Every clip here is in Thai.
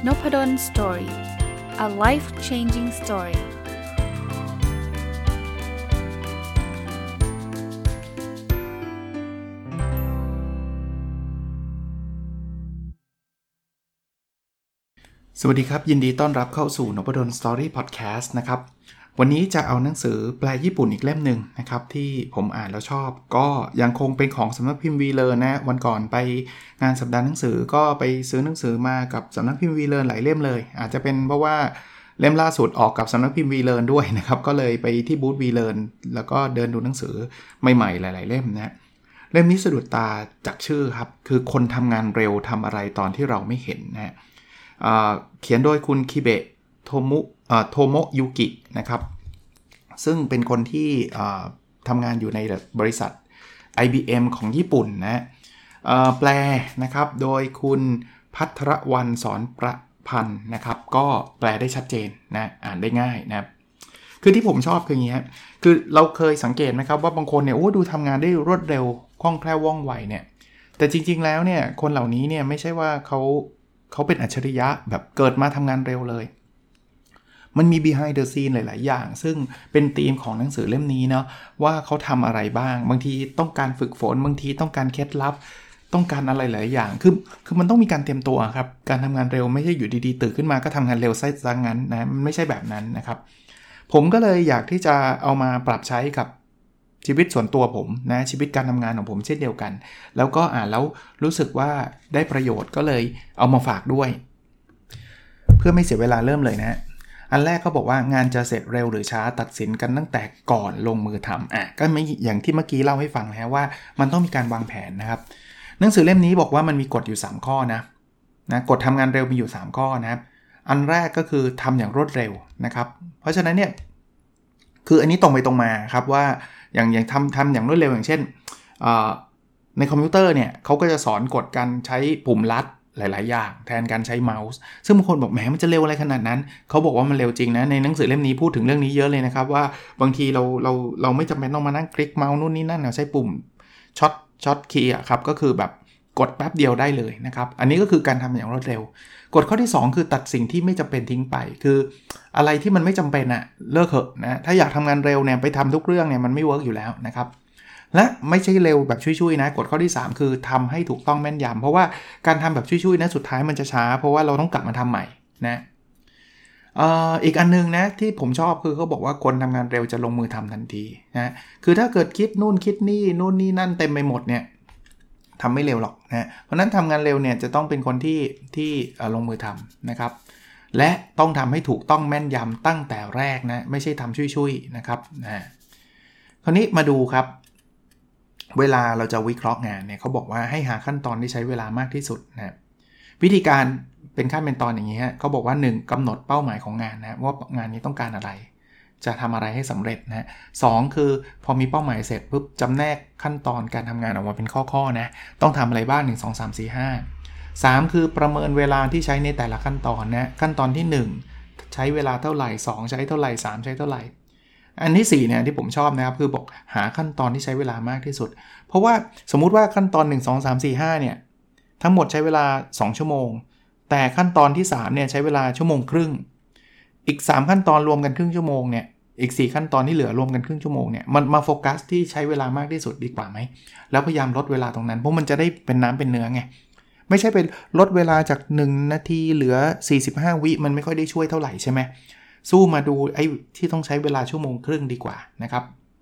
Noppadan Story. A life-changing story. สวัสดีครับยินดีต้อนรับเข้าสู่ Noppadan Story Podcast นะครับวันนี้จะเอาหนังสือแปลญี่ปุ่นอีกเล่มหนึ่งนะครับที่ผมอ่านแล้วชอบก็ยังคงเป็นของสำนักพิมพ์วีเลอร์นะวันก่อนไปงานสัปดาห์หนังสือก็ไปซื้อหนังสือมากับสำนักพิมพ์วีเลอร์หลายเล่มเลยอาจจะเป็นเพราะว่าเล่มล่าสุดออกกับสำนักพิมพ์วีเลอร์ด้วยนะครับก็เลยไปที่บูธวีเลอร์แล้วก็เดินดูหนังสือใหม่ๆหลายๆเล่มนะเล่มนี้สะดุดตาจากชื่อครับคือคนทำงานเร็วทำอะไรตอนที่เราไม่เห็นนะเขียนโดยคุณคิเบะโทโมะยุกินะครับซึ่งเป็นคนที่ทำงานอยู่ในบริษัท IBM ของญี่ปุ่นนะแปลนะครับโดยคุณภัทรวรรณสอนประพันธ์นะครับก็แปลได้ชัดเจนนะอ่านได้ง่ายนะครับคือที่ผมชอบคืออย่างนี้ครับคือเราเคยสังเกตไหมครับว่าบางคนเนี่ยดูทำงานได้รวดเร็วคล่องแคล่วว่องไวเนี่ยแต่จริงๆแล้วเนี่ยคนเหล่านี้เนี่ยไม่ใช่ว่าเขาเป็นอัจฉริยะแบบเกิดมาทำงานเร็วเลยมันมี behind the scene หลายๆอย่างซึ่งเป็นธีมของหนังสือเล่มนี้เนาะว่าเขาทำอะไรบ้างบางทีต้องการฝึกฝนบางทีต้องการเคล็ดลับต้องการอะไรหลายอย่างคือมันต้องมีการเตรียมตัวครับการทำงานเร็วไม่ใช่อยู่ดีๆตื่นขึ้นมาก็ทำงานเร็วซะงั้นนะมันไม่ใช่แบบนั้นนะครับผมก็เลยอยากที่จะเอามาปรับใช้กับชีวิตส่วนตัวผมนะชีวิตการทำงานของผมเช่นเดียวกันแล้วก็อ่านแล้วรู้สึกว่าได้ประโยชน์ก็เลยเอามาฝากด้วยเพื่อไม่เสียเวลาเริ่มเลยนะอันแรกเขาบอกว่างานจะเสร็จเร็วหรือช้าตัดสินกันตั้งแต่ก่อนลงมือทำก็ไม่อย่างที่เมื่อกี้เล่าให้ฟังแล้วว่ามันต้องมีการวางแผนนะครับหนังสือเล่มนี้บอกว่ามันมีกฎอยู่3ข้อนะกฎทำงานเร็วมีอยู่3ข้อนะครับอันแรกก็คือทำอย่างรวดเร็วนะครับเพราะฉะนั้นเนี่ยคืออันนี้ตรงไปตรงมาครับว่าอย่างทำอย่างรวดเร็วอย่างเช่นในคอมพิวเตอร์เนี่ยเขาก็จะสอนกฎการใช้ปุ่มลัดหลายๆอย่างแทนการใช้เมาส์ซึ่งบางคนบอกแหมมันจะเร็วอะไรขนาดนั้นเขาบอกว่ามันเร็วจริงนะในหนังสือเล่มนี้พูดถึงเรื่องนี้เยอะเลยนะครับว่าบางทีเราไม่จำเป็นต้องมานั่งคลิกเมาส์นู่นนี่นั่นเราใช้ปุ่มช็อตคีย์ครับก็คือแบบกดแป๊บเดียวได้เลยนะครับอันนี้ก็คือการทำอย่างรวดเร็วกฎข้อที่2คือตัดสิ่งที่ไม่จำเป็นทิ้งไปคืออะไรที่มันไม่จำเป็นเลิกเถอะนะถ้าอยากทำงานเร็วเนี่ยไปทำทุกเรื่องเนี่ยมันไม่เวิร์กอยู่แล้วนะครับและไม่ใช่เร็วแบบชุยๆนะกฎข้อที่3คือทำให้ถูกต้องแม่นยำเพราะว่าการทำแบบชุยๆนะสุดท้ายมันจะช้าเพราะว่าเราต้องกลับมาทำใหม่นะอีกอันนึงนะที่ผมชอบคือเขาบอกว่าคนทำงานเร็วจะลงมือทำทันทีนะคือถ้าเกิดคิดนู่นคิดนี่นู่นนี่นั่นเต็มไปหมดเนี่ยทำไม่เร็วหรอกนะเพราะนั้นทำงานเร็วเนี่ยจะต้องเป็นคนที่ลงมือทำนะครับและต้องทำให้ถูกต้องแม่นยำตั้งแต่แรกนะไม่ใช่ทำชุยๆนะครับคราวนี้มาดูครับเวลาเราจะวิเคราะห์งานเนี่ยเขาบอกว่าให้หาขั้นตอนที่ใช้เวลามากที่สุดนะวิธีการเป็นขั้นเป็นตอนอย่างนี้ฮะเขาบอกว่า1กำหนดเป้าหมายของงานนะว่างานนี้ต้องการอะไรจะทำอะไรให้สำเร็จนะ2คือพอมีเป้าหมายเสร็จปุ๊บจำแนกขั้นตอนการทำงานออกมาเป็นข้อๆนะต้องทำอะไรบ้าง1 2 3 4 5 3คือประเมินเวลาที่ใช้ในแต่ละขั้นตอนนะขั้นตอนที่1ใช้เวลาเท่าไหร่2ใช้เท่าไหร่3ใช้เท่าไหร่อันที่4เนี่ยที่ผมชอบนะครับคือบอกหาขั้นตอนที่ใช้เวลามากที่สุดเพราะว่าสมมุติว่าขั้นตอน1 2 3 4 5เนี่ยทั้งหมดใช้เวลา2ชั่วโมงแต่ขั้นตอนที่3เนี่ยใช้เวลาชั่วโมงครึ่งอีก3ขั้นตอนรวมกันครึ่งชั่วโมงเนี่ยอีก4ขั้นตอนที่เหลือรวมกันครึ่งชั่วโมงเนี่ยมันมาโฟกัสที่ใช้เวลามากที่สุดดีกว่าไหมแล้วพยายามลดเวลาตรงนั้นเพราะมันจะได้เป็นน้ำเป็นเนื้อไงไม่ใช่เป็นลดเวลาจาก1นาทีเหลือ45วิมันไม่ค่อยได้ช่วยเท่าไหร่ใช่ไหมสู้มาดูไอ้ที่ต้องใช้เวลาชั่วโมงครึ่งดีกว่านะครับ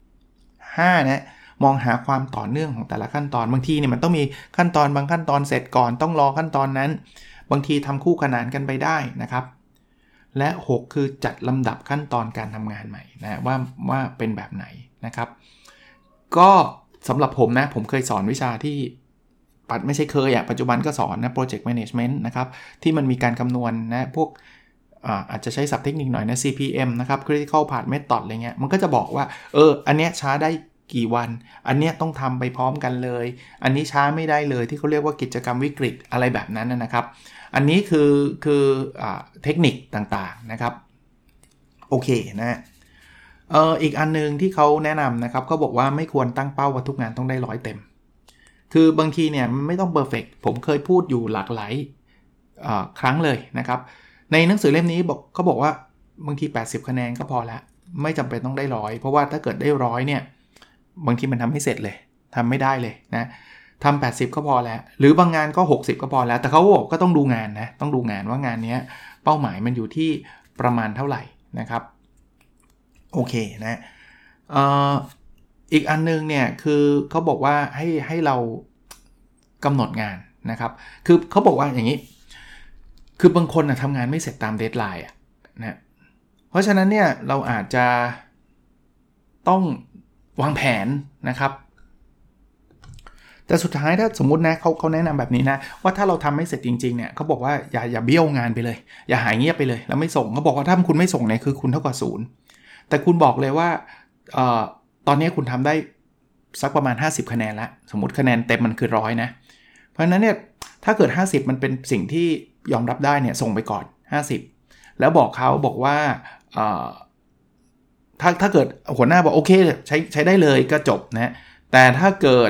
5นะมองหาความต่อเนื่องของแต่ละขั้นตอนบางทีเนี่ยมันต้องมีขั้นตอนบางขั้นตอนเสร็จก่อนต้องรอขั้นตอนนั้นบางทีทำคู่ขนานกันไปได้นะครับและ6คือจัดลำดับขั้นตอนการทำงานใหม่นะว่าเป็นแบบไหนนะครับก็สำหรับผมนะผมเคยสอนวิชาที่ไม่ใช่เคยปัจจุบันก็สอนนะ project management นะครับที่มันมีการคำนวณนะพวกอาจจะใช้ศัพท์เทคนิคหน่อยนะ CPM นะครับ critical path method อะไรเงี้ยมันก็จะบอกว่าอันเนี้ยช้าได้กี่วันอันเนี้ยต้องทำไปพร้อมกันเลยอันนี้ช้าไม่ได้เลยที่เขาเรียกว่ากิจกรรมวิกฤตอะไรแบบนั้นนะครับอันนี้คือเทคนิคต่างๆนะครับโอเคนะอีกอันนึงที่เขาแนะนำนะครับเขาบอกว่าไม่ควรตั้งเป้าว่าทุกงานต้องได้100เต็มคือบางทีเนี่ยมันไม่ต้องเพอร์เฟคผมเคยพูดอยู่หลากหลายครั้งเลยนะครับในหนังสือเล่มนี้เขาบอกว่าบางที80คะแนนก็พอแล้วไม่จำเป็นต้องได้100เพราะว่าถ้าเกิดได้100เนี่ยบางทีมันทำไม่เสร็จเลยทำไม่ได้เลยนะทำ80ก็พอแล้วหรือบางงานก็60ก็พอแล้วแต่เขาบอกก็ต้องดูงานนะต้องดูงานว่างานนี้เป้าหมายมันอยู่ที่ประมาณเท่าไหร่นะครับโอเคนะอีกอันนึงเนี่ยคือเขาบอกว่าให้เรากำหนดงานนะครับคือเขาบอกว่าอย่างนี้คือบางคนทำงานไม่เสร็จตามเดดไลน์นะเพราะฉะนั้นเนี่ยเราอาจจะต้องวางแผนนะครับแต่สุดท้ายถ้าสมมุตินะเขาแนะนำแบบนี้นะว่าถ้าเราทำไม่เสร็จจริงๆเนี่ยเขาบอกว่าอย่าเบี้ยวงานไปเลยอย่าหายเงียบไปเลยแล้วไม่ส่งเขาบอกว่าถ้าคุณไม่ส่งเนี่ยคือคุณเท่ากับ0แต่คุณบอกเลยว่าตอนนี้คุณทำได้สักประมาณ50คะแนนแล้วสมมุติคะแนนเต็มมันคือ100นะเพราะฉะนั้นเนี่ยถ้าเกิด50มันเป็นสิ่งที่ยอมรับได้เนี่ยส่งไปก่อน50แล้วบอกเขาบอกว่าถ้าเกิดหัวหน้าบอกโอเคใช้ได้เลยก็จบนะแต่ถ้าเกิด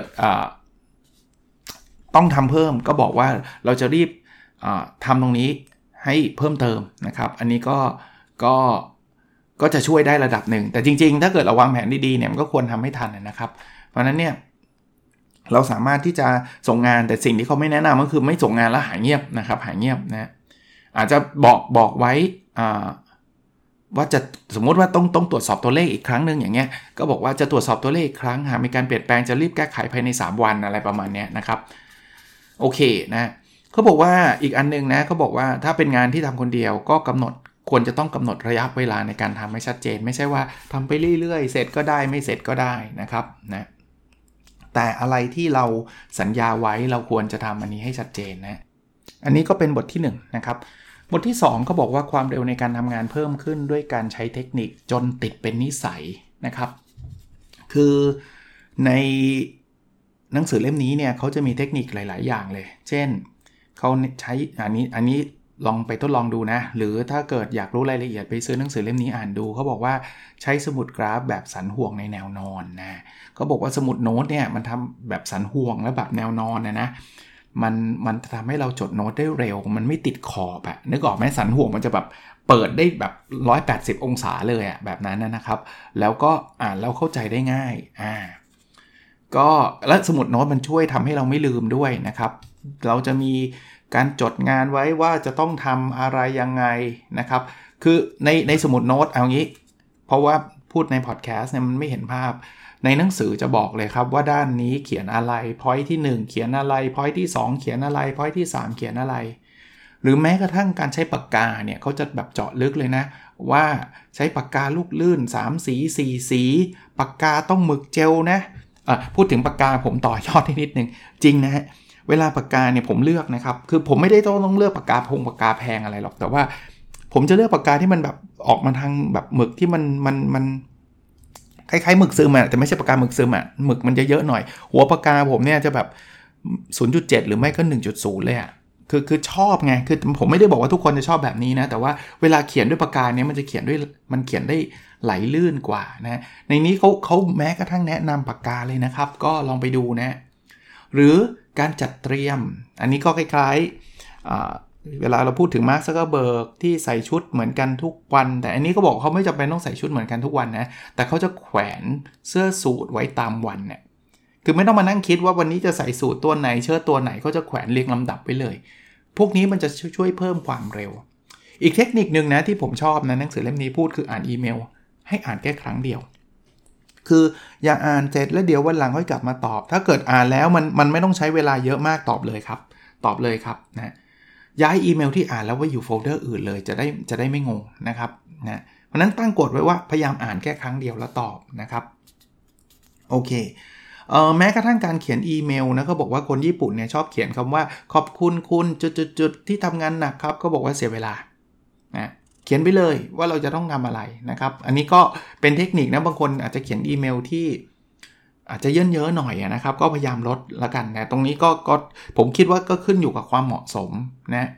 ต้องทำเพิ่มก็บอกว่าเราจะรีบทำตรงนี้ให้เพิ่มเติมนะครับอันนี้ก็จะช่วยได้ระดับหนึ่งแต่จริงๆถ้าเกิดเราวางแผนดีๆเนี่ยมันก็ควรทำให้ทันนะครับเพราะนั้นเนี่ยเราสามารถที่จะส่งงานแต่สิ่งที่เขาไม่แนะนำก็คือไม่ส่งงานแล้วหายเงียบนะครับหายเงียบนะอาจจะบอกไว้ว่าจะสมมติว่าต้องตรวจสอบตัวเลขอีกครั้งนึงอย่างเงี้ยก็บอกว่าจะตรวจสอบตัวเลขอีกครั้งหากมีการเปลี่ยนแปลงจะรีบแก้ไขภายใน3วันอะไรประมาณนี้นะครับโอเคนะเขาบอกว่าอีกอันนึงนะเขาบอกว่าถ้าเป็นงานที่ทำคนเดียวก็ควรจะต้องกำหนดระยะเวลาในการทำให้ชัดเจนไม่ใช่ว่าทำไปเรื่อยๆเสร็จก็ได้ไม่เสร็จก็ได้นะครับนะแต่อะไรที่เราสัญญาไว้เราควรจะทำอันนี้ให้ชัดเจนนะอันนี้ก็เป็นบทที่1นะครับบทที่2เขาบอกว่าความเร็วในการทำงานเพิ่มขึ้นด้วยการใช้เทคนิคจนติดเป็นนิสัยนะครับคือในหนังสือเล่มนี้เนี่ยเขาจะมีเทคนิคหลายๆอย่างเลยเช่นเขาใช้อันนี้ลองไปทดลองดูนะหรือถ้าเกิดอยากรู้รายละเอียดไปซื้อหนังสือเล่มนี้อ่านดูเขาบอกว่าใช้สมุดกราฟแบบสันห่วงในแนวนอนนะเขาบอกว่าสมุดโน้ตเนี่ยมันทำแบบสันห่วงและแบบแนวนอนนะมันทำให้เราจดโน้ตได้เร็วมันไม่ติดขอบอะนึกออกไหมสันห่วงมันจะแบบเปิดได้แบบ180องศาเลยอะแบบนั้นนะครับแล้วก็อ่านแล้วเข้าใจได้ง่ายก็และสมุดโน้ตมันช่วยทำให้เราไม่ลืมด้วยนะครับเราจะมีการจดงานไว้ว่าจะต้องทำอะไรยังไงนะครับคือในสมุดโน้ตเอางี้เพราะว่าพูดในพอดแคสต์เนี่ยมันไม่เห็นภาพในหนังสือจะบอกเลยครับว่าด้านนี้เขียนอะไร point ที่1เขียนอะไร point ที่2เขียนอะไร point ที่3เขียนอะไรหรือแม้กระทั่งการใช้ปากกาเนี่ยเขาจะแบบเจาะลึกเลยนะว่าใช้ปากกาลูกลื่น3สี4สีปากกาต้องหมึกเจลนะพูดถึงปากกาผมต่อยอดนิดนึงจริงนะฮะเวลาปากกาเนี่ยผมเลือกนะครับคือผมไม่ได้ต้องเลือกปากกาแพงอะไรหรอกแต่ว่าผมจะเลือกปากกาที่มันแบบออกมาทางแบบหมึกที่มันคล้ายๆหมึกซึมอ่ะแต่ไม่ใช่ปากกาหมึกซึมอ่ะหมึกมันจะเยอะหน่อยหัวปากกาผมเนี่ยจะแบบ 0.7 หรือไม่ก็ 1.0 เลยอ่ะคือชอบไงคือผมไม่ได้บอกว่าทุกคนจะชอบแบบนี้นะแต่ว่าเวลาเขียนด้วยปากกาเนี่ยมันเขียนได้ไหลลื่นกว่านะในนี้เขาแม้กระทั่งแนะนำปากกาเลยนะครับก็ลองไปดูนะหรือการจัดเตรียมอันนี้ก็คล้ายๆเวลาเราพูดถึงมาร์ค ซักเคอร์เบิร์กที่ใส่ชุดเหมือนกันทุกวันแต่อันนี้ก็บอกเขาไม่จำเป็นต้องใส่ชุดเหมือนกันทุกวันนะแต่เขาจะแขวนเสื้อสูทไว้ตามวันเนี่ยคือไม่ต้องมานั่งคิดว่าวันนี้จะใส่สูทตัวไหนเชิ้ตตัวไหนเขาจะแขวนเรียงลำดับไว้เลยพวกนี้มันจะช่วยเพิ่มความเร็วอีกเทคนิคนึงนะที่ผมชอบนะหนังสือเล่มนี้พูดคืออ่านอีเมลให้อ่านแค่ครั้งเดียวคืออย่าอ่านเสร็จแล้วเดี๋ยววันหลังค่อยกลับมาตอบถ้าเกิดอ่านแล้วมันไม่ต้องใช้เวลาเยอะมากตอบเลยครับนะย้ายอีเมลที่อ่านแล้วไว้อยู่โฟลเดอร์อื่นเลยจะได้ไม่งงนะครับนะเพราะนั้นตั้งกฎไว้ว่าพยายามอ่านแค่ครั้งเดียวแล้วตอบนะครับโอเคแม้กระทั่งการเขียนอีเมลนะเขาบอกว่าคนญี่ปุ่นเนี่ยชอบเขียนคำว่าขอบคุณคุณจุดๆที่ทำงานหนักครับก็บอกว่าเสียเวลานะเขียนไปเลยว่าเราจะต้องทำอะไรนะครับอันนี้ก็เป็นเทคนิคนะบางคนอาจจะเขียนอีเมลที่อาจจะเยอะๆหน่อยนะครับก็พยายามลดละกันนะตรงนี้ก็ผมคิดว่าก็ขึ้นอยู่กับความเหมาะสมนะ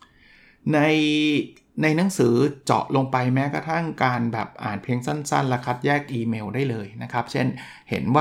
ในหนังสือเจาะลงไปแม้กระทั่งการแบบอ่านเพียงสั้นๆและคัดแยกอีเมลได้เลยนะครับเช่นเห็นว่า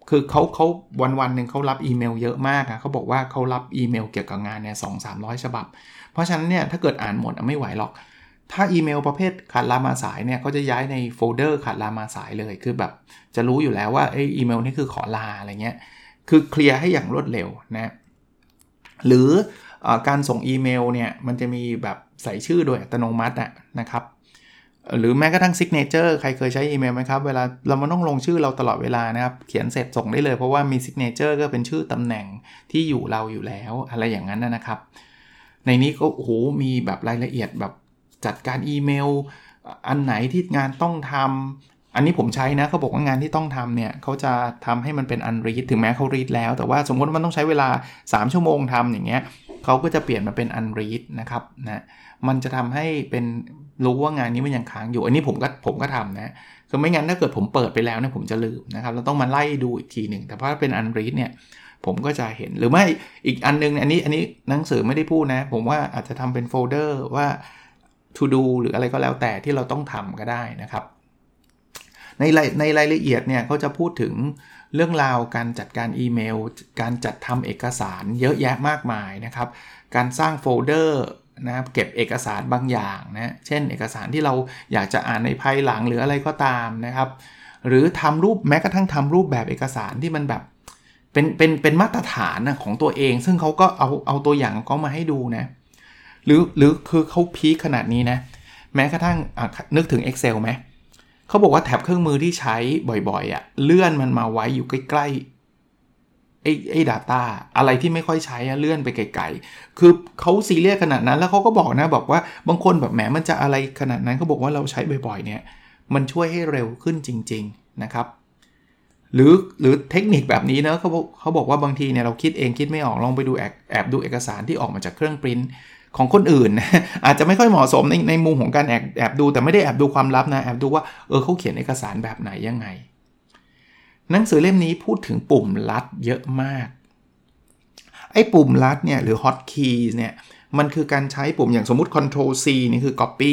คือเขาวันๆนึงเขารับอีเมลเยอะมากเขาบอกว่าเขารับอีเมลเกี่ยวกับงานเนี่ย 200-300 ฉบับเพราะฉะนั้นเนี่ยถ้าเกิดอ่านหมดไม่ไหวหรอกถ้าอีเมลประเภทขาดลามาสายเนี่ยเขาจะย้ายในโฟลเดอร์ขาดลามาสายเลยคือแบบจะรู้อยู่แล้วว่าอีเมลนี่คือขอลาอะไรเงี้ยคือเคลียร์ให้อย่างรวดเร็วนะหรือการส่งอีเมลเนี่ยมันจะมีแบบใส่ชื่อโดยอัตโนมัตินะครับหรือแม้กระทั่งซิกเนเจอร์ใครเคยใช้อีเมลไหมครับเวลาเราไม่ต้องลงชื่อเราตลอดเวลานะครับเขียนเสร็จส่งได้เลยเพราะว่ามีซิกเนเจอร์ก็เป็นชื่อตำแหน่งที่อยู่เราอยู่แล้วอะไรอย่างนั้นนะครับในนี้ก็โอ้โหมีแบบรายละเอียดแบบจัดการอีเมลอันไหนที่งานต้องทำอันนี้ผมใช้นะเขาบอกว่างานที่ต้องทำเนี่ยเขาจะทำให้มันเป็น unread ถึงแม้เขา read แล้วแต่ว่าสมมติว่ามันต้องใช้เวลา3ชั่วโมงทำอย่างเงี้ยเขาก็จะเปลี่ยนมาเป็น unread นะครับนะมันจะทำให้เป็นรู้ว่างานนี้มันยังค้างอยู่อันนี้ผมก็ทำนะคือไม่งั้นถ้าเกิดผมเปิดไปแล้วเนี่ยผมจะลืมนะครับเราต้องมาไล่ดูอีกทีหนึ่งแต่ถ้าเป็น unread เนี่ยผมก็จะเห็นหรือไม่อีกอันนึงอันนี้หนังสือไม่ได้พูดนะผมว่าอาจจะทำเป็นโฟลเดอร์ว่า to do หรืออะไรก็แล้วแต่ที่เราต้องทำก็ได้นะครับในรายละเอียดเนี่ยเขาจะพูดถึงเรื่องราวการจัดการอีเมลการจัดทำเอกสารเยอะแยะมากมายนะครับการสร้างโฟลเดอร์นะครับเก็บเอกสารบางอย่างนะเช่นเอกสารที่เราอยากจะอ่านในภายหลังหรืออะไรก็ตามนะครับหรือทำรูปแม้กระทั่งทำรูปแบบเอกสารที่มันแบบเป็นมาตรฐานของตัวเองซึ่งเขาก็เอาตัวอย่างเขามาให้ดูนะหรือคือเขาพีคขนาดนี้นะแม้กระทั่งนึกถึง Excel ไหมเขาบอกว่าแท็บเครื่องมือที่ใช้บ่อยๆเลื่อนมันมาไว้อยู่ใกล้ๆไอ้ data อะไรที่ไม่ค่อยใช้เลื่อนไปไกลๆคือเขาซีเรียสขนาดนั้นแล้วเขาก็บอกว่าบางคนแบบแหมมันจะอะไรขนาดนั้นเขาบอกว่าเราใช้บ่อยๆเนี่ยมันช่วยให้เร็วขึ้นจริงๆนะครับหรือเทคนิคแบบนี้นะเขาบอกว่าบางทีเนี่ยเราคิดเองคิดไม่ออกลองไปดูแอบดูเอกสารที่ออกมาจากเครื่องปริ้นของคนอื่น อาจจะไม่ค่อยเหมาะสมในมุมของการแอบดูแต่ไม่ได้แอบดูความลับนะแอบดูว่าเขาเขียนเอกสารแบบไหนยังไงหนังสือเล่มนี้พูดถึงปุ่มลัดเยอะมากไอ้ปุ่มลัดเนี่ยหรือ hot keys เนี่ยมันคือการใช้ปุ่มอย่างสมมุติ Ctrl C นี่คือ copy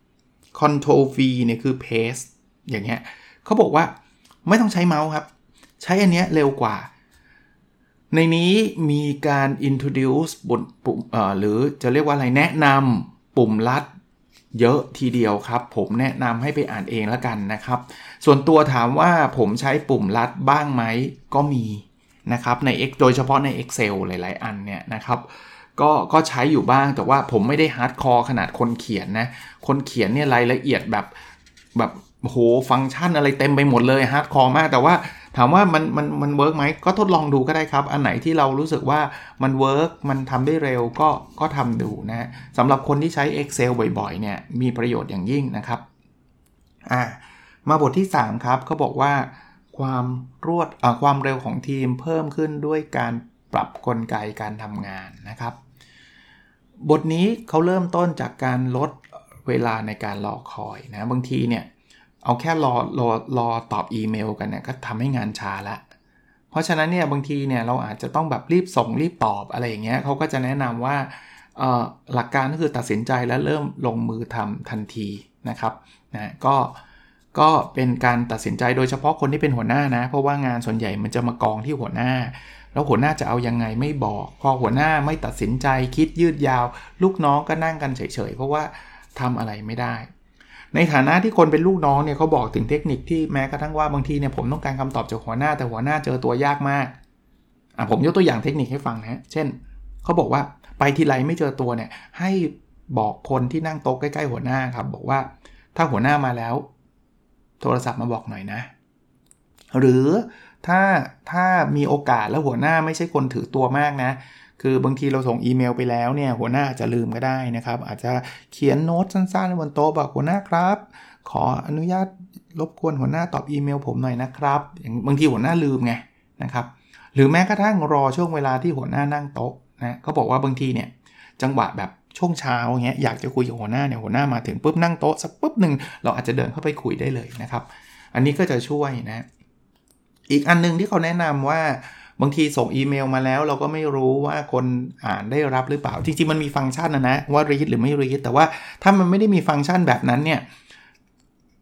Ctrl V เนี่ยคือ paste อย่างเงี้ยเขาบอกว่าไม่ต้องใช้เมาส์ครับใช้อันเนี้ยเร็วกว่าในนี้มีการ introduce ปุ่มหรือจะเรียกว่าอะไรแนะนำปุ่มลัดเยอะทีเดียวครับผมแนะนำให้ไปอ่านเองแล้วกันนะครับส่วนตัวถามว่าผมใช้ปุ่มลัดบ้างไหมก็มีนะครับใน โดยเฉพาะใน Excel หลายๆอันเนี่ยนะครับก็ใช้อยู่บ้างแต่ว่าผมไม่ได้ฮาร์ดคอร์ขนาดคนเขียนนะคนเขียนเนี่ยรายละเอียดแบบโหฟังก์ชันอะไรเต็มไปหมดเลยฮาร์ดคอร์มากแต่ว่าถามว่ามันเวิร์กไหมก็ทดลองดูก็ได้ครับอันไหนที่เรารู้สึกว่ามันเวิร์กมันทำได้เร็วก็ทำดูนะสำหรับคนที่ใช้ Excel บ่อยๆเนี่ยมีประโยชน์อย่างยิ่งนะครับมาบทที่3ครับเขาบอกว่าความเร็วของทีมเพิ่มขึ้นด้วยการปรับกลไกการทำงานนะครับบทนี้เขาเริ่มต้นจากการลดเวลาในการรอคอยนะบางทีเนี่ยเอาแค่รอตอบอีเมลกันเนี่ยก็ทำให้งานช้าละเพราะฉะนั้นเนี่ยบางทีเนี่ยเราอาจจะต้องแบบรีบส่งรีบตอบอะไรอย่างเงี้ยเขาก็จะแนะนำว่าหลักการก็คือตัดสินใจแล้วเริ่มลงมือทำทันทีนะครับนะก็เป็นการตัดสินใจโดยเฉพาะคนที่เป็นหัวหน้านะเพราะว่างานส่วนใหญ่มันจะมากองที่หัวหน้าแล้วหัวหน้าจะเอายังไงไม่บอกพอหัวหน้าไม่ตัดสินใจคิดยืดยาวลูกน้องก็นั่งกันเฉยๆเพราะว่าทำอะไรไม่ได้ในฐานะที่คนเป็นลูกน้องเนี่ยเขาบอกถึงเทคนิคที่แม้กระทั่งว่าบางทีเนี่ยผมต้องการคำตอบจากหัวหน้าแต่หัวหน้าเจอตัวยากมากผมยกตัวอย่างเทคนิคให้ฟังนะเช่นเขาบอกว่าไปทีไรไม่เจอตัวเนี่ยให้บอกคนที่นั่งโต๊ะใกล้ๆหัวหน้าครับบอกว่าถ้าหัวหน้ามาแล้วโทรศัพท์มาบอกหน่อยนะหรือถ้ามีโอกาสแล้วหัวหน้าไม่ใช่คนถือตัวมากนะคือบางทีเราส่งอีเมลไปแล้วเนี่ยหัวหน้าอาจจะลืมก็ได้นะครับอาจจะเขียนโน้ตสั้นๆบนโต๊ะบอกหัวหน้าครับขออนุญาตรบกวนหัวหน้าตอบอีเมลผมหน่อยนะครับอย่างบางทีหัวหน้าลืมไงนะครับหรือแม้กระทั่งรอช่วงเวลาที่หัวหน้านั่งโต๊ะนะเขาบอกว่าบางทีเนี่ยจังหวะแบบช่วงเช้าอย่างเงี้ยอยากจะคุยกับหัวหน้าเนี่ยหัวหน้ามาถึงปุ๊บนั่งโต๊ะสักปุ๊บนึงเราอาจจะเดินเข้าไปคุยได้เลยนะครับอันนี้ก็จะช่วยนะอีกอันนึงที่เขาแนะนำว่าบางทีส่งอีเมลมาแล้วเราก็ไม่รู้ว่าคนอ่านได้รับหรือเปล่าจริงๆมันมีฟังก์ชันนะว่า read หรือไม่ read แต่ว่าถ้ามันไม่ได้มีฟังก์ชันแบบนั้นเนี่ย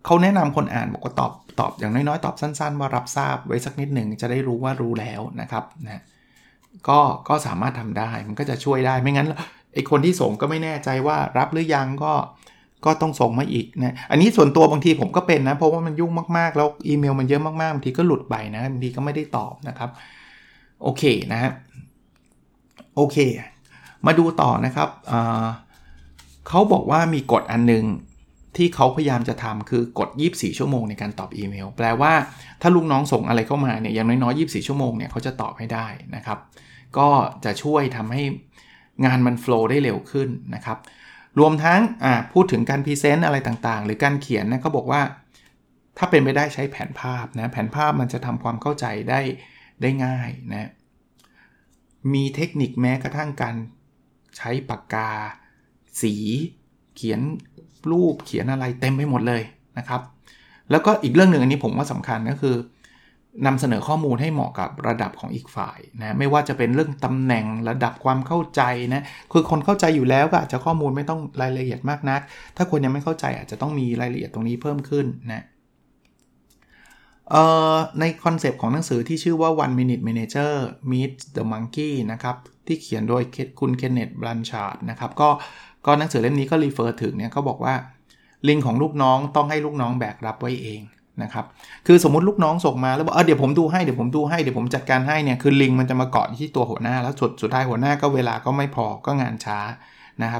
เขาแนะนำคนอ่านบอกว่าตอบอย่างน้อยๆตอบสั้นๆว่ารับทราบไว้สักนิดหนึ่งจะได้รู้ว่ารู้แล้วนะครับนะก็สามารถทำได้มันก็จะช่วยได้ไม่งั้นไอ้คนที่ส่งก็ไม่แน่ใจว่ารับหรือยังก็ต้องส่งมาอีกนะอันนี้ส่วนตัวบางทีผมก็เป็นนะเพราะว่ามันยุ่งมากๆแล้วอีเมลมันเยอะมากๆบางทีก็หลุดไปนะบางทีก็ไม่ได้ตอบนะครับโอเคนะฮะโอเคมาดูต่อนะครับเขาบอกว่ามีกฎอันนึงที่เขาพยายามจะทำคือกด24ชั่วโมงในการตอบอีเมลแปลว่าถ้าลูกน้องส่งอะไรเข้ามาเนี่ยอย่างน้อยๆ24ชั่วโมงเนี่ยเขาจะตอบให้ได้นะครับก็จะช่วยทำให้งานมันโฟลว์ได้เร็วขึ้นนะครับรวมทั้งพูดถึงการพรีเซนต์อะไรต่างๆหรือการเขียนนะเขาบอกว่าถ้าเป็นไปได้ใช้แผนภาพนะแผนภาพมันจะทำความเข้าใจได้ง่ายนะมีเทคนิคแม้กระทั่งการใช้ปากกาสีเขียนรูปเขียนอะไรเต็มไปหมดเลยนะครับแล้วก็อีกเรื่องหนึ่งอันนี้ผมว่าสำคัญก็คือนำเสนอข้อมูลให้เหมาะกับระดับของอีกฝ่ายนะไม่ว่าจะเป็นเรื่องตำแหน่งระดับความเข้าใจนะคือคนเข้าใจอยู่แล้วก็อาจจะข้อมูลไม่ต้องรายละเอียดมากนักถ้าคนยังไม่เข้าใจอาจจะต้องมีรายละเอียดตรงนี้เพิ่มขึ้นนะในคอนเซปต์ของหนังสือที่ชื่อว่า One Minute Manager Meets the Monkey นะครับที่เขียนโดยคุณเคนเนธ บรันชาร์ดนะครับก็หนังสือเล่มนี้ก็รีเฟอร์ถึงเนี่ยเขาบอกว่าลิงของลูกน้องต้องให้ลูกน้องแบกรับไว้เองนะครับคือสมมุติลูกน้องส่งมาแล้วบอกเดี๋ยวผมดูให้เดี๋ยวผมจัดการให้เนี่ยคือลิงมันจะมาเกาะที่ตัวหัวหน้าแล้วสุดท้ายหัวหน้าก็เวลาก็ไม่พอก็งานช้านะครับ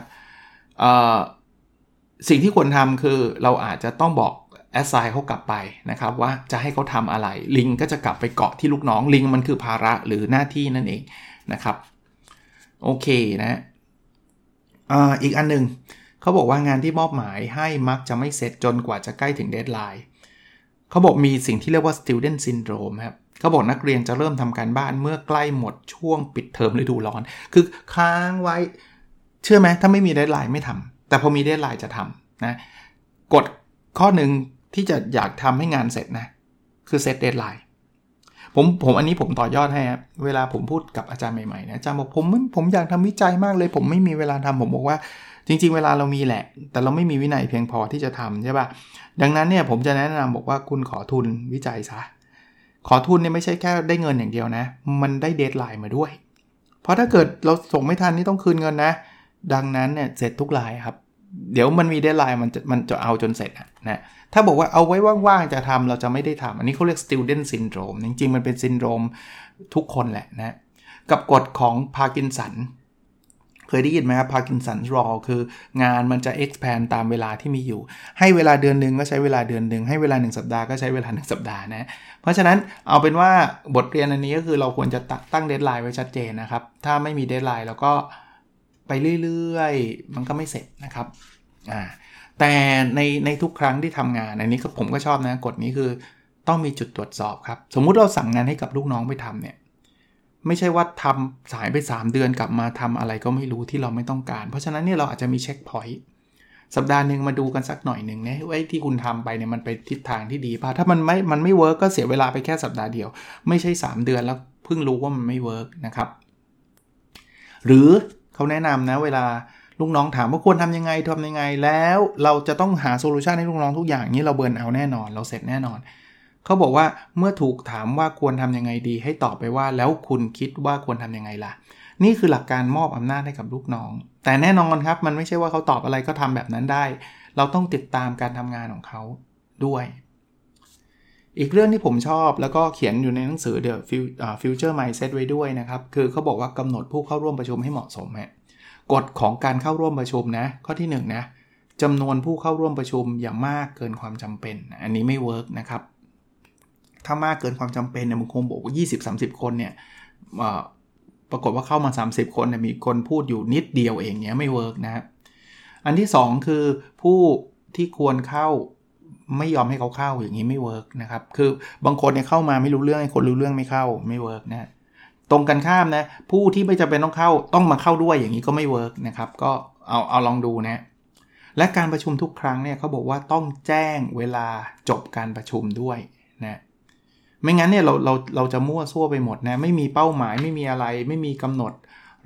สิ่งที่ควรทำคือเราอาจจะต้องบอกassign เขากลับไปนะครับว่าจะให้เขาทำอะไรลิงก็จะกลับไปเกาะที่ลูกน้องลิงมันคือภาระหรือหน้าที่นั่นเองนะครับโอเคนะอีกอันนึงเขาบอกว่างานที่มอบหมายให้มักจะไม่เสร็จจนกว่าจะใกล้ถึงเดดไลน์เขาบอกมีสิ่งที่เรียกว่า student syndrome ครับเขาบอกนักเรียนจะเริ่มทำการบ้านเมื่อใกล้หมดช่วงปิดเทอมฤดูร้อนคือค้างไว้เชื่อไหมถ้าไม่มีเดดไลน์ไม่ทำแต่พอมีเดดไลน์จะทำนะกฎข้อหนึ่งที่จะอยากทำให้งานเสร็จนะคือเซตเดดไลน์ผมอันนี้ผมต่อยอดให้ครับเวลาผมพูดกับอาจารย์ใหม่ๆนะอาจารย์บอกผมอยากทำวิจัยมากเลยผมไม่มีเวลาทำผมบอกว่าจริงๆเวลาเรามีแหละแต่เราไม่มีวินัยเพียงพอที่จะทำใช่ป่ะดังนั้นเนี่ยผมจะแนะนำบอกว่าคุณขอทุนวิจัยซะขอทุนเนี่ยไม่ใช่แค่ได้เงินอย่างเดียวนะมันได้เดดไลน์มาด้วยเพราะถ้าเกิดเราส่งไม่ทันนี่ต้องคืนเงินนะดังนั้นเนี่ยเสร็จทุกรายครับเดี๋ยวมันมีเดดไลน์มันจะเอาจนเสร็จนะถ้าบอกว่าเอาไว้ว่างๆจะทำเราจะไม่ได้ทำอันนี้เขาเรียก student syndrome จริงๆมันเป็นซินโดรมทุกคนแหละนะกับกฎของพาร์กินสันเคยได้ยินไหมครับ Parkinson's Law คืองานมันจะ expand ตามเวลาที่มีอยู่ให้เวลาเดือนนึงก็ใช้เวลาเดือนนึงให้เวลา1สัปดาห์ก็ใช้เวลา1สัปดาห์นะเพราะฉะนั้นเอาเป็นว่าบทเรียนอันนี้ก็คือเราควรจะตั้งเดดไลน์ไว้ชัดเจนนะครับถ้าไม่มีเดดไลน์แล้วก็ไปเรื่อยๆมันก็ไม่เสร็จนะครับแต่ในทุกครั้งที่ทำงานอันนี้ผมก็ชอบนะกฎนี้คือต้องมีจุดตรวจสอบครับสมมุติเราสั่งงานให้กับลูกน้องไปทำเนี่ยไม่ใช่ว่าทำสายไป3เดือนกลับมาทำอะไรก็ไม่รู้ที่เราไม่ต้องการเพราะฉะนั้นเนี่ยเราอาจจะมีเช็คพอยต์สัปดาห์นึงมาดูกันสักหน่อยนึงนะว่าที่คุณทำไปเนี่ยมันไปทิศทางที่ดีป่ะถ้ามันไม่เวิร์กก็เสียเวลาไปแค่สัปดาห์เดียวไม่ใช่3เดือนแล้วเพิ่งรู้ว่ามันไม่เวิร์กนะครับหรือเขาแนะนำนะเวลาลูกน้องถามว่าควรทำยังไงแล้วเราจะต้องหาโซลูชันให้ลูกน้องทุกอย่างนี้เราเบิร์นเอาแน่นอนเราเสร็จแน่นอนเขาบอกว่าเมื่อถูกถามว่าควรทำยังไงดีให้ตอบไปว่าแล้วคุณคิดว่าควรทำยังไงล่ะนี่คือหลักการมอบอำนาจให้กับลูกน้องแต่แน่นอนครับมันไม่ใช่ว่าเขาตอบอะไรก็ทำแบบนั้นได้เราต้องติดตามการทำงานของเขาด้วยอีกเรื่องที่ผมชอบแล้วก็เขียนอยู่ในหนังสือ The Future Mindset ไว้ด้วยนะครับคือเขาบอกว่ากำหนดผู้เข้าร่วมประชุมให้เหมาะสมกฎของการเข้าร่วมประชุมนะข้อที่1นะจำนวนผู้เข้าร่วมประชุมอย่ามากเกินความจำเป็นอันนี้ไม่เวิร์กนะครับถ้ามากเกินความจำเป็นเนี่ยมันคงบอกว่า 20-30 คนเนี่ยปรากฏว่าเข้ามา30คนเนี่ยมีคนพูดอยู่นิดเดียวเองเนี่ยไม่เวิร์กนะอันที่2คือผู้ที่ควรเข้าไม่ยอมให้เขาเข้าอย่างนี้ไม่เวิร์กนะครับคือบางคนเนี่ยเข้ามาไม่รู้เรื่องให้คนรู้เรื่องไม่เข้าไม่เวิร์กนะตรงกันข้ามนะผู้ที่ไม่จำเป็นต้องเข้าต้องมาเข้าด้วยอย่างนี้ก็ไม่เวิร์กนะครับก็เอาลองดูนะและการประชุมทุกครั้งเนี่ยเขาบอกว่าต้องแจ้งเวลาจบการประชุมด้วยนะไม่งั้นเนี่ยเราจะมั่วซั่วไปหมดนะไม่มีเป้าหมายไม่มีอะไรไม่มีกำหนด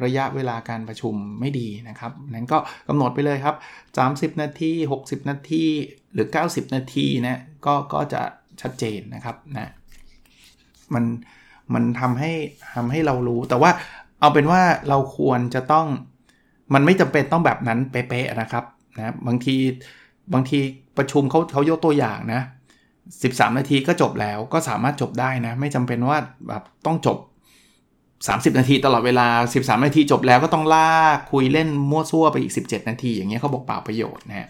ระยะเวลาการประชุมไม่ดีนะครับนั้นก็กำหนดไปเลยครับ30นาที60นาทีหรือ90นาทีนะก็จะชัดเจนนะครับนะมันทำให้เรารู้แต่ว่าเอาเป็นว่าเราควรจะต้องมันไม่จำเป็นต้องแบบนั้นเป๊ะๆนะครับนะบางทีประชุมเขายกตัวอย่างนะ13นาทีก็จบแล้วก็สามารถจบได้นะไม่จำเป็นว่าแบบต้องจบ30นาทีตลอดเวลา13นาทีจบแล้วก็ต้องลากคุยเล่นมั่วซั่วไปอีก17นาทีอย่างเงี้ยเขาบอกเปล่าประโยชน์นะ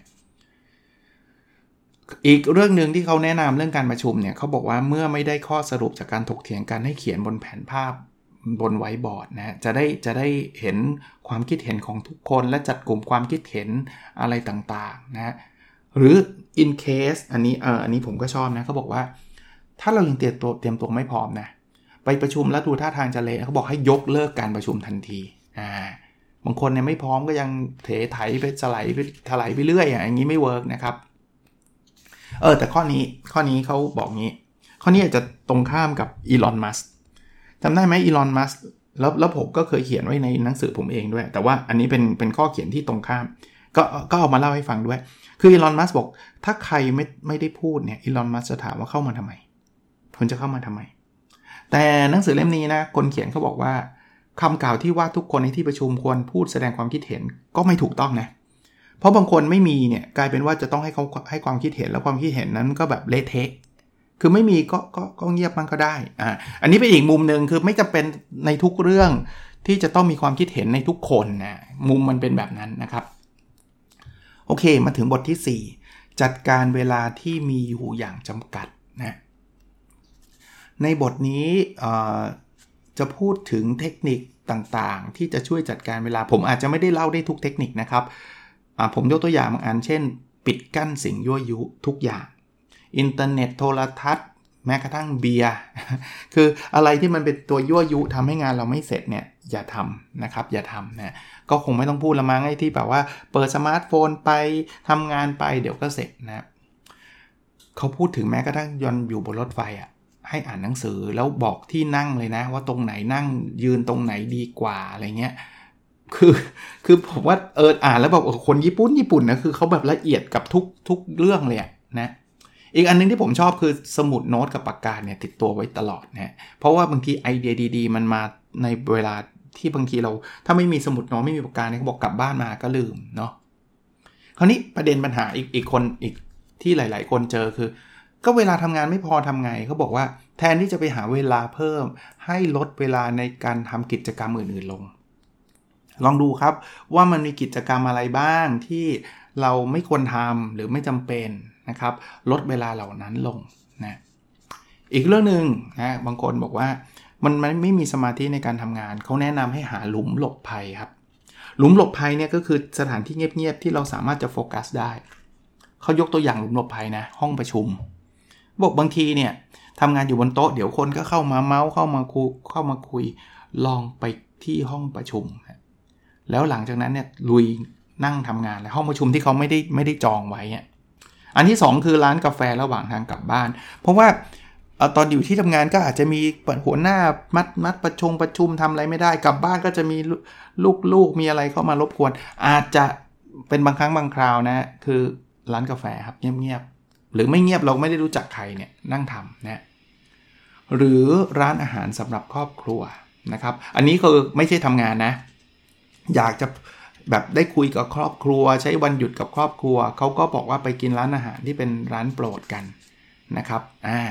อีกเรื่องนึงที่เขาแนะนำเรื่องการประชุมเนี่ยเขาบอกว่าเมื่อไม่ได้ข้อสรุปจากการถกเถียงกันให้เขียนบนแผนภาพบนไวท์บอร์ดนะจะได้เห็นความคิดเห็นของทุกคนและจัดกลุ่มความคิดเห็นอะไรต่างๆนะหรือ in case อันนี้ผมก็ชอบนะเขาบอกว่าถ้าเรายังเตรียมตัวไม่พร้อมนะไปประชุมแล้วดูท่าทางจะเละเขาบอกให้ยกเลิกการประชุมทันทีบางคนเนี่ยไม่พร้อมก็ยังเถไถไปถลายไปเรื่อยอย่างนี้ไม่เวิร์กนะครับแต่ข้อนี้เขาบอกงี้ข้อนี้อาจจะตรงข้ามกับอีลอนมัสก์จำได้ไหมอีลอนมัสก์แล้วผมก็เคยเขียนไว้ในหนังสือผมเองด้วยแต่ว่าอันนี้เป็นข้อเขียนที่ตรงข้ามก็เอามาเล่าให้ฟังด้วยคืออีลอนมัสก์บอกถ้าใครไม่ได้พูดเนี่ยอีลอนมัสก์จะถามว่าเข้ามาทำไมคุณจะเข้ามาทำไมแต่หนังสือเล่มนี้นะคนเขียนเขาบอกว่าคำกล่าวที่ว่าทุกคนในที่ประชุมควรพูดแสดงความคิดเห็นก็ไม่ถูกต้องนะเพราะบางคนไม่มีเนี่ยกลายเป็นว่าจะต้องให้เขาให้ความคิดเห็นแล้วความคิดเห็นนั้นก็แบบเละเทะคือไม่มีก็เงียบมันก็ได้อันนี้เป็นอีกมุมนึงคือไม่จำเป็นในทุกเรื่องที่จะต้องมีความคิดเห็นในทุกคนนะมุมมันเป็นแบบนั้นนะครับโอเคมาถึงบทที่4จัดการเวลาที่มีอยู่อย่างจำกัดนะในบทนี้จะพูดถึงเทคนิคต่างๆที่จะช่วยจัดการเวลาผมอาจจะไม่ได้เล่าได้ทุกเทคนิคนะครับผมยกตัวอย่างบางอันเช่นปิดกั้นสิ่งยั่วยุทุกอย่างอินเทอร์เน็ตโทรทัศน์แม้กระทั่งเบียร์คืออะไรที่มันเป็นตัวยั่วยุทำให้งานเราไม่เสร็จเนี่ยอย่าทำนะครับอย่าทำนะก็คงไม่ต้องพูดละมั้งไอ้ที่แบบว่าเปิดสมาร์ทโฟนไปทำงานไปเดี๋ยวก็เสร็จนะเขาพูดถึงแม้กระทั่งยนต์อยู่บนรถไฟให้อ่านหนังสือแล้วบอกที่นั่งเลยนะว่าตรงไหนนั่งยืนตรงไหนดีกว่าอะไรเงี้ยคือผมว่าอ่านแล้วแบบคนญี่ปุ่นนะคือเขาแบบละเอียดกับทุกเรื่องเลยนะอีกอันนึงที่ผมชอบคือสมุดโน้ตกับปากกาเนี่ยติดตัวไว้ตลอดนะเพราะว่าบางทีไอเดียดีๆมันมาในเวลาที่บางทีเราถ้าไม่มีสมุดโน้ตไม่มีปากกาเนี่ยเขาบอกกลับบ้านมาก็ลืมเนาะคราวนี้ประเด็นปัญหาอีกที่หลายๆคนเจอคือก็เวลาทำงานไม่พอทำไงเขาบอกว่าแทนที่จะไปหาเวลาเพิ่มให้ลดเวลาในการทำกิจกรรมอื่นๆลงลองดูครับว่ามันมีกิจกรรมอะไรบ้างที่เราไม่ควรทำหรือไม่จำเป็นนะครับลดเวลาเหล่านั้นลงนะอีกเรื่องนึงนะบางคนบอกว่ามันไม่มีสมาธิในการทำงานเขาแนะนำให้หาหลุมหลบภัยครับหลุมหลบภัยเนี่ยก็คือสถานที่เงียบๆที่เราสามารถจะโฟกัสได้เขายกตัวอย่างหลุมหลบภัยนะห้องประชุมบอกบางทีเนี่ยทำงานอยู่บนโต๊ะเดี๋ยวคนก็เข้ามาเมาส์เข้ามาคุยลองไปที่ห้องประชุมแล้วหลังจากนั้นเนี่ยลุยนั่งทำงานแล้วห้องประชุมที่เขาไม่ได้จองไว้อันที่2คือร้านกาแฟระหว่างทางกลับบ้านเพราะว่าตอนอยู่ที่ทำงานก็อาจจะมีหัวหน้ามัดประชุมทำอะไรไม่ได้กลับบ้านก็จะมีลูกมีอะไรเข้ามารบกวนอาจจะเป็นบางครั้งบางคราวนะคือร้านกาแฟครับเงียบๆหรือไม่เงียบเราไม่ได้รู้จักใครเนี่ยนั่งทำนะหรือร้านอาหารสำหรับครอบครัวนะครับอันนี้คือไม่ใช่ทำงานนะอยากจะแบบได้คุยกับครอบครัวใช้วันหยุดกับครอบครัวเขาก็บอกว่าไปกินร้านอาหารที่เป็นร้านโปรดกันนะครับ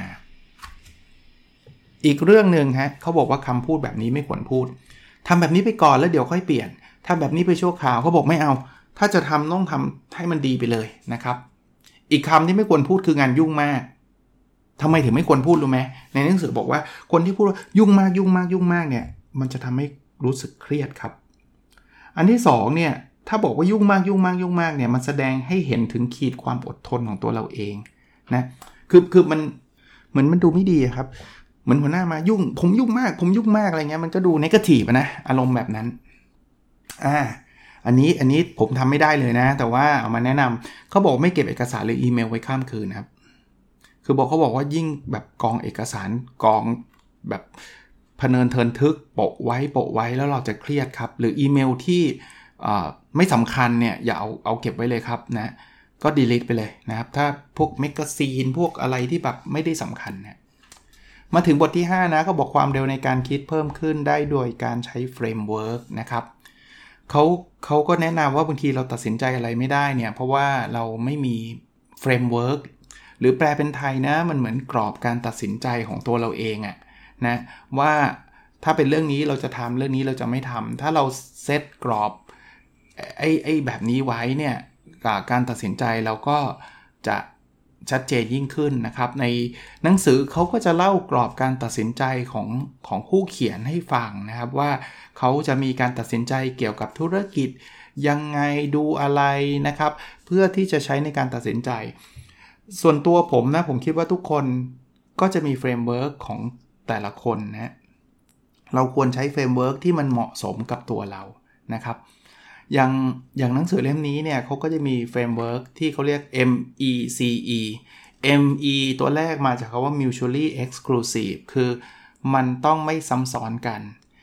อีกเรื่องนึงฮะเขาบอกว่าคำพูดแบบนี้ไม่ควรพูดทำแบบนี้ไปก่อนแล้วเดี๋ยวค่อยเปลี่ยนทำแบบนี้ไปชั่วคราวเขาบอกไม่เอาถ้าจะทำต้องทำให้มันดีไปเลยนะครับอีกคำที่ไม่ควรพูดคืองานยุ่งมากทำไมถึงไม่ควรพูดรู้ไหมในหนังสือบอกว่าคนที่พูดว่ายุ่งมากเนี่ยมันจะทำให้รู้สึกเครียดครับอันที่2เนี่ยถ้าบอกว่ายุ่งมากเนี่ยมันแสดงให้เห็นถึงขีดความอดทนของตัวเราเองนะคือมันเหมือนมันดูไม่ดีครับเหมือนหัวหน้ามาผมยุ่งมากอะไรเงี้ยมันก็ดูเนกาทีฟนะอารมณ์แบบนั้นอันนี้ผมทำไม่ได้เลยนะแต่ว่าเอามาแนะนำเขาบอกไม่เก็บเอกสารหรืออีเมลไว้ข้ามคืนนะครับคือเขาบอกว่ายิ่งแบบกองเอกสารกองแบบพเนินเทินทึกโปะไว้แล้วเราจะเครียดครับหรืออีเมลที่ไม่สำคัญเนี่ยอย่าเอาเก็บไว้เลยครับนะก็ delete ไปเลยนะครับถ้าพวกแมกกาซีนพวกอะไรที่แบบไม่ได้สำคัญนะมาถึงบทที่5นะเขาบอกความเร็วในการคิดเพิ่มขึ้นได้โดยการใช้เฟรมเวิร์กนะครับเขาก็แนะนำว่าบางทีเราตัดสินใจอะไรไม่ได้เนี่ยเพราะว่าเราไม่มีเฟรมเวิร์กหรือแปลเป็นไทยนะมันเหมือนกรอบการตัดสินใจของตัวเราเองอะนะว่าถ้าเป็นเรื่องนี้เราจะทำเรื่องนี้เราจะไม่ทำถ้าเราเซตกรอบไอ้แบบนี้ไว้เนี่ยการตัดสินใจเราก็จะชัดเจนยิ่งขึ้นนะครับในหนังสือเขาก็จะเล่ากรอบการตัดสินใจของผู้เขียนให้ฟังนะครับว่าเขาจะมีการตัดสินใจเกี่ยวกับธุรกิจยังไงดูอะไรนะครับเพื่อที่จะใช้ในการตัดสินใจส่วนตัวผมนะผมคิดว่าทุกคนก็จะมีเฟรมเวิร์กของแต่ละคนนะเราควรใช้เฟรมเวิร์กที่มันเหมาะสมกับตัวเรานะครับอย่างหนังสือเล่มนี้เนี่ยเขาก็จะมีเฟรมเวิร์กที่เขาเรียก MECE ME ตัวแรกมาจากคำว่า mutually exclusive คือมันต้องไม่ซ้ำซ้อนกัน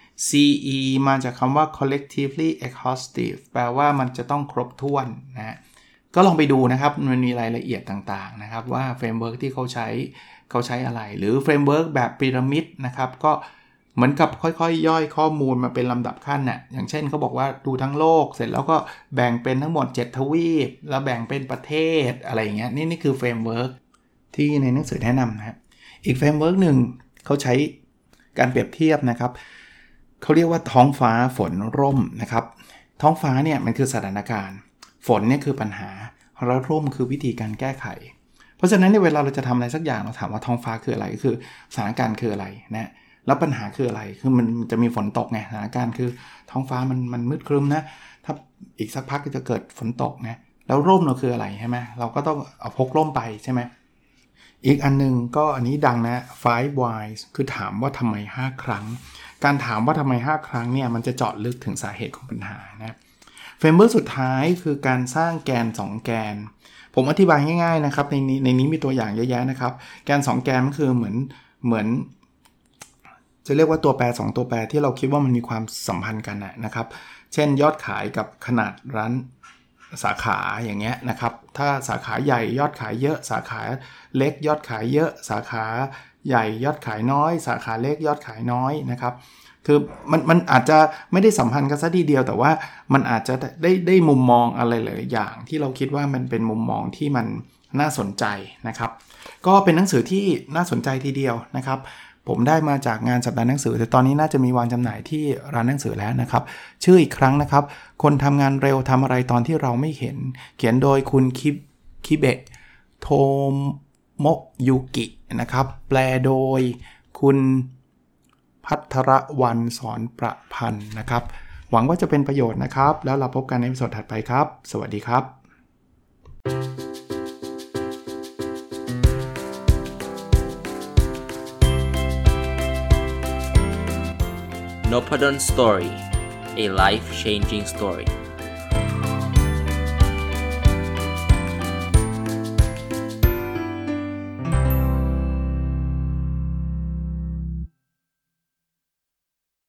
CE มาจากคำว่า collectively exhaustive แปลว่ามันจะต้องครบถ้วนนะก็ลองไปดูนะครับมันมีรายละเอียดต่างๆนะครับว่าเฟรมเวิร์กที่เขาใช้อะไรหรือเฟรมเวิร์กแบบพีระมิดนะครับก็เหมือนกับค่อยๆย่อยข้อมูลมาเป็นลำดับขั้นน่ะอย่างเช่นเขาบอกว่าดูทั้งโลกเสร็จแล้วก็แบ่งเป็นทั้งหมด7ทวีปแล้วแบ่งเป็นประเทศอะไรอย่างเงี้ยนี่คือเฟรมเวิร์กที่ในหนังสือแนะนำนะครับอีกเฟรมเวิร์กหนึ่งเขาใช้การเปรียบเทียบนะครับเขาเรียกว่าท้องฟ้าฝนร่มนะครับท้องฟ้าเนี่ยมันคือสถานการณ์ฝนเนี่ยคือปัญหาแล้วร่มคือวิธีการแก้ไขเพราะฉะนั้นในเวลาเราจะทำอะไรสักอย่างเราถามว่าท้องฟ้าคืออะไรก็คือสถานการณ์คืออะไรนะแล้วปัญหาคืออะไรคือมันจะมีฝนตกไงสถานการณ์คือท้องฟ้ามันมืดครึ้มนะถ้าอีกสักพักก็จะเกิดฝนตกนะแล้วร่มเราคืออะไรใช่ไหมเราก็ต้องเอาพกร่มไปใช่ไหมอีกอันนึงก็อันนี้ดังนะ 5 whys คือถามว่าทำไม5ครั้งการถามว่าทำไม5ครั้งเนี่ยมันจะเจาะลึกถึงสาเหตุของปัญหานะเฟรมเวิร์กสุดท้ายคือการสร้างแกน2แกนผมอธิบายง่ายๆนะครับในนี้มีตัวอย่างเยอะแยะนะครับแกน2แกนก็คือเหมือนจะเรียกว่าตัวแปร2ตัวแปรที่เราคิดว่ามันมีความสัมพันธ์กันนะครับเช่นยอดขายกับขนาดร้านสาขาอย่างเงี้ยนะครับถ้าสาขาใหญ่ยอดขายเยอะสาขาเล็กยอดขายเยอะสาขาใหญ่ยอดขายน้อยสาขาเล็กยอดขายน้อยนะครับคือมันอาจจะไม่ได้สัมพันธ์กันซะทีเดียวแต่ว่ามันอาจจะได้มุมมองอะไรหลายอย่างที่เราคิดว่ามันเป็นมุมมองที่มันน่าสนใจนะครับก็เป็นหนังสือที่น่าสนใจทีเดียวนะครับผมได้มาจากงานสัปดาห์หนังสือแต่ตอนนี้น่าจะมีวางจำหน่ายที่ร้านหนังสือแล้วนะครับชื่ออีกครั้งนะครับคนทำงานเร็วทำอะไรตอนที่เราไม่เห็นเขียนโดยคุณคิเบะโทโมยุกินะครับแปลโดยคุณภัทรวรรณสอนประพันธ์นะครับหวังว่าจะเป็นประโยชน์นะครับแล้วเราพบกันในตอนถัดไปครับสวัสดีครับ Nopadon Story, a life-changing story.